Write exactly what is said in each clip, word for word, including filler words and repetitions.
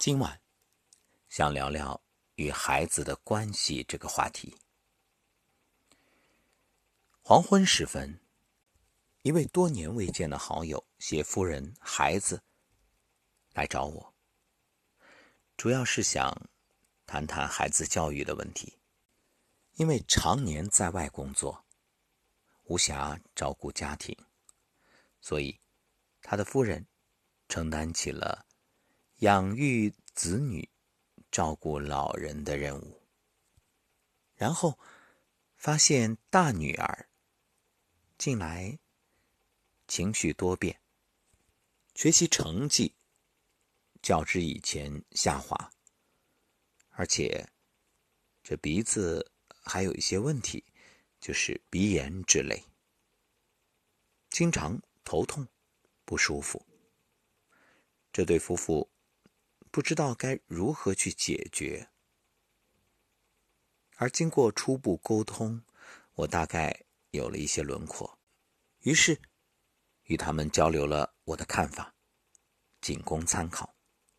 今晚想聊聊与孩子的关系这个话题。黄昏时分，一位多年未见的好友携夫人、孩子来找我，主要是想谈谈孩子教育的问题。因为常年在外工作，无暇照顾家庭，所以他的夫人承担起了养育子女、照顾老人的任务。然后发现大女儿近来情绪多变，学习成绩较之以前下滑，而且这鼻子还有一些问题，就是鼻炎之类，经常头痛不舒服。这对夫妇不知道该如何去解决，而经过初步沟通，我大概有了一些轮廓，于是与他们交流了我的看法，仅供参考。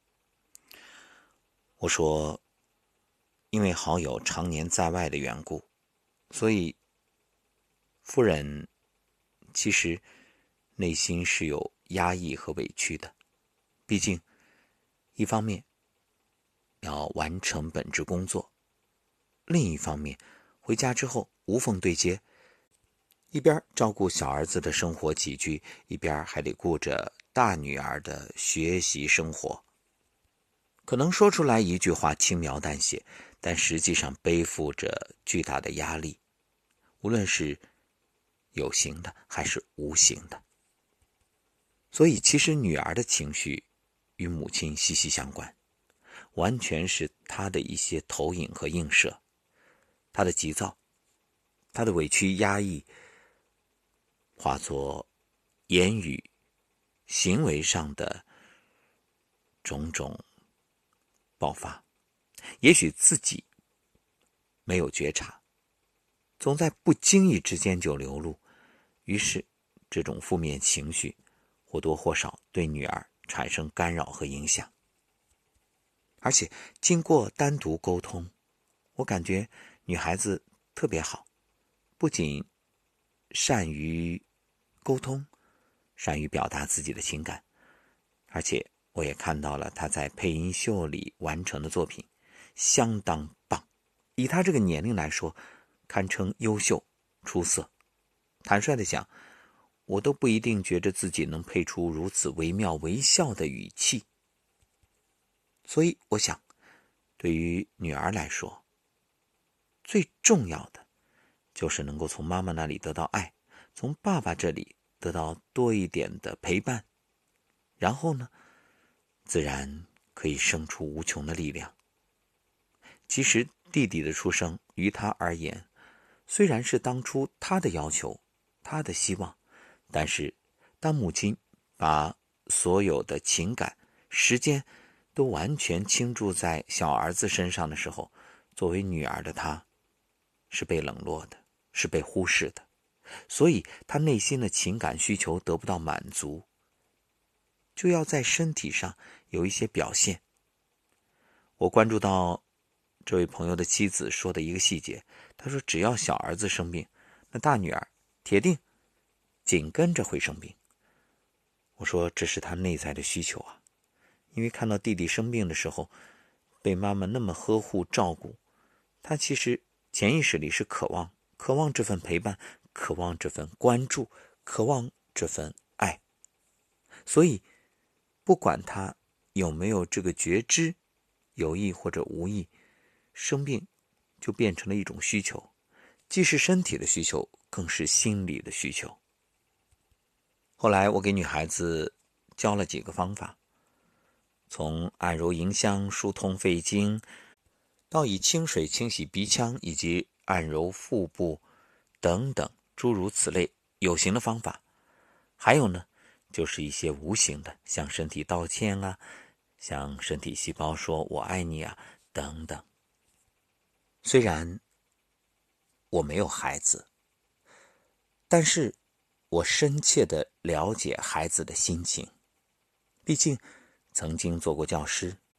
我说，因为好友常年在外的缘故，所以夫人其实内心是有压抑和委屈的。毕竟一方面要完成本职工作，另一方面回家之后无缝对接，一边照顾小儿子的生活起居，一边还得顾着大女儿的学习生活。可能说出来一句话轻描淡写，但实际上背负着巨大的压力，无论是有形的还是无形的。所以其实女儿的情绪与母亲息息相关，完全是她的一些投影和映射。她的急躁，她的委屈压抑，化作言语行为上的种种爆发，也许自己没有觉察，总在不经意之间就流露，于是这种负面情绪或多或少对女儿产生干扰和影响。而且经过单独沟通，我感觉女孩子特别好，不仅善于沟通，善于表达自己的情感，而且我也看到了她在配音秀里完成的作品相当棒，以她这个年龄来说，堪称优秀出色。坦率地讲，我都不一定觉得自己能配出如此惟妙惟肖的语气。所以我想，对于女儿来说，最重要的就是能够从妈妈那里得到爱，从爸爸这里得到多一点的陪伴，然后呢，自然可以生出无穷的力量。其实弟弟的出生于他而言，虽然是当初他的要求，他的希望，但是当母亲把所有的情感、时间都完全倾注在小儿子身上的时候，作为女儿的她是被冷落的，是被忽视的，所以她内心的情感需求得不到满足，就要在身体上有一些表现。我关注到这位朋友的妻子说的一个细节，他说只要小儿子生病，那大女儿铁定紧跟着会生病。我说这是他内在的需求啊，因为看到弟弟生病的时候被妈妈那么呵护照顾，他其实潜意识里是渴望渴望这份陪伴，渴望这份关注，渴望这份爱。所以不管他有没有这个觉知，有意或者无意，生病就变成了一种需求，既是身体的需求，更是心理的需求。后来我给女孩子教了几个方法，从按揉迎香疏通肺经，到以清水清洗鼻腔，以及按揉腹部等等诸如此类有形的方法。还有呢，就是一些无形的，向身体道歉啊，向身体细胞说我爱你啊等等。虽然我没有孩子，但是我深切地了解孩子的心情，毕竟曾经做过教师，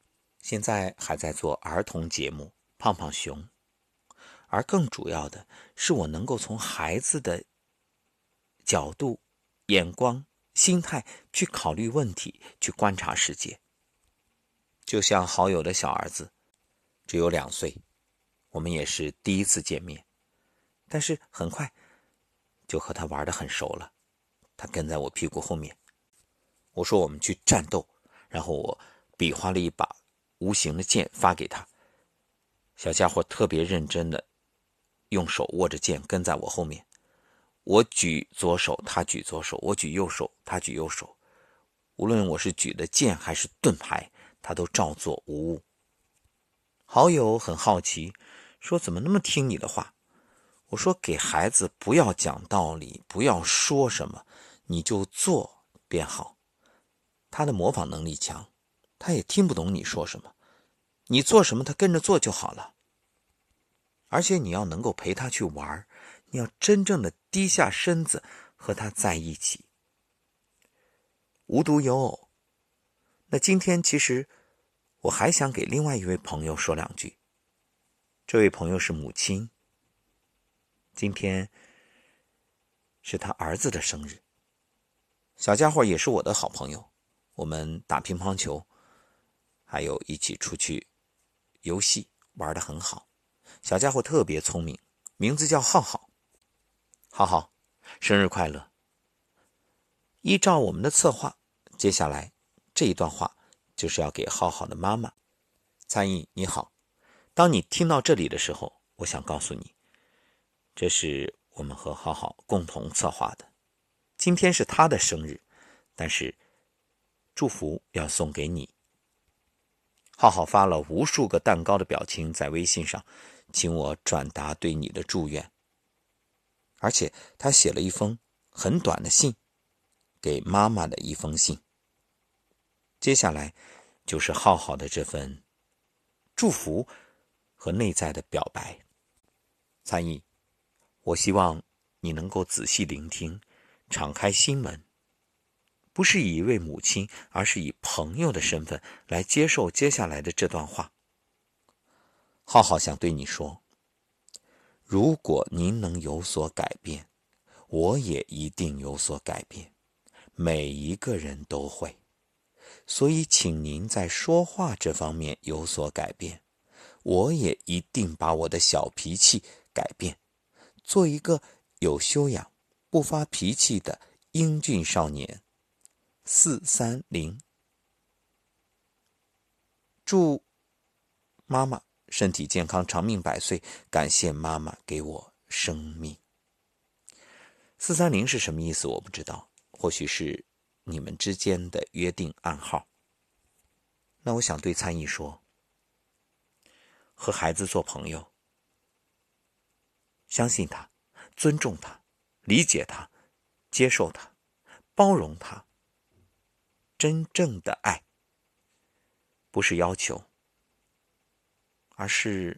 现在还在做儿童节目《胖胖熊》，而更主要的是我能够从孩子的角度、眼光、心态去考虑问题，去观察世界。就像好友的小儿子，只有两岁，我们也是第一次见面，但是很快就和他玩得很熟了。他跟在我屁股后面，我说我们去战斗，然后我比划了一把无形的剑发给他。小家伙特别认真的用手握着剑跟在我后面，我举左手他举左手，我举右手他举右手，无论我是举的剑还是盾牌，他都照做无误。好友很好奇，说怎么那么听你的话？我说给孩子不要讲道理，不要说什么，你就做便好。他的模仿能力强，他也听不懂你说什么，你做什么他跟着做就好了。而且你要能够陪他去玩，你要真正的低下身子和他在一起，无独有偶。那今天其实我还想给另外一位朋友说两句。这位朋友是母亲，今天是他儿子的生日。小家伙也是我的好朋友，我们打乒乓球，还有一起出去游戏，玩得很好。小家伙特别聪明，名字叫浩浩。浩浩，生日快乐！依照我们的策划，接下来这一段话就是要给浩浩的妈妈。参议你好，当你听到这里的时候，我想告诉你，这是我们和浩浩共同策划的。今天是他的生日，但是祝福要送给你。浩浩发了无数个蛋糕的表情在微信上，请我转达对你的祝愿。而且他写了一封很短的信，给妈妈的一封信。接下来就是浩浩的这份祝福和内在的表白。参议，我希望你能够仔细聆听，敞开心门，不是以一位母亲，而是以朋友的身份来接受接下来的这段话。浩浩想对你说，如果您能有所改变，我也一定有所改变，每一个人都会。所以请您在说话这方面有所改变，我也一定把我的小脾气改变，做一个有修养、不发脾气的英俊少年。四三零，祝妈妈身体健康，长命百岁，感谢妈妈给我生命。四三零是什么意思我不知道，或许是你们之间的约定暗号。那我想对参议说，和孩子做朋友，相信他，尊重他，理解他，接受他，包容他。真正的爱不是要求，而是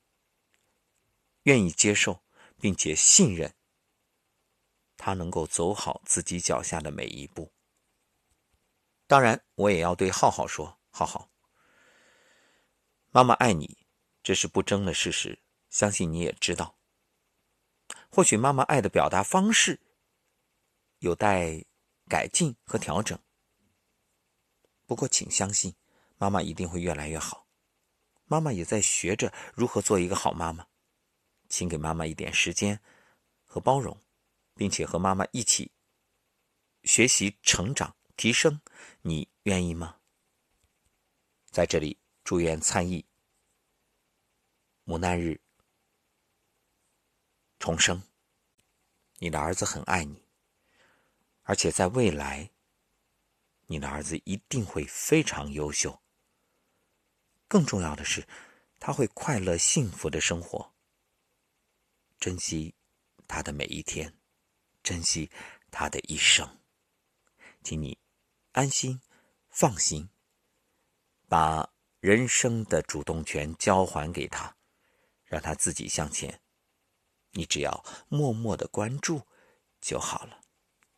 愿意接受并且信任他能够走好自己脚下的每一步。当然我也要对浩浩说，浩浩，妈妈爱你，这是不争的事实，相信你也知道。或许妈妈爱的表达方式有待改进和调整，不过请相信，妈妈一定会越来越好。妈妈也在学着如何做一个好妈妈，请给妈妈一点时间和包容，并且和妈妈一起学习成长提升，你愿意吗？在这里祝愿参议母难日重生，你的儿子很爱你，而且在未来你的儿子一定会非常优秀，更重要的是他会快乐幸福的生活。珍惜他的每一天，珍惜他的一生，请你安心放心，把人生的主动权交还给他，让他自己向前，你只要默默的关注就好了。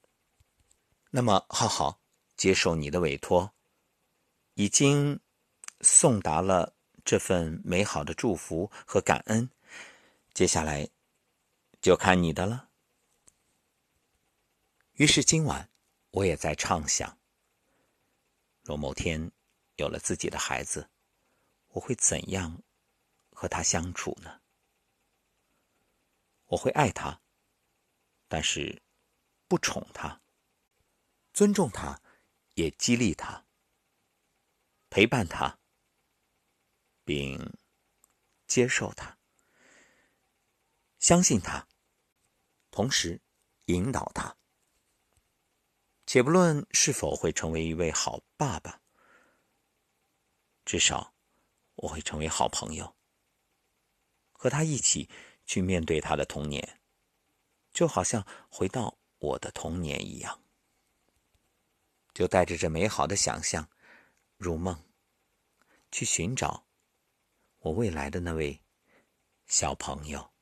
那么浩浩接受你的委托，已经送达了这份美好的祝福和感恩，接下来就看你的了。于是今晚我也在畅想，若某天有了自己的孩子，我会怎样和他相处呢？我会爱他，但是不宠他，尊重他，也激励他，陪伴他，并接受他，相信他，同时引导他。且不论是否会成为一位好爸爸，至少我会成为好朋友，和他一起去面对他的童年，就好像回到我的童年一样。就带着这美好的想象入梦，去寻找我未来的那位小朋友。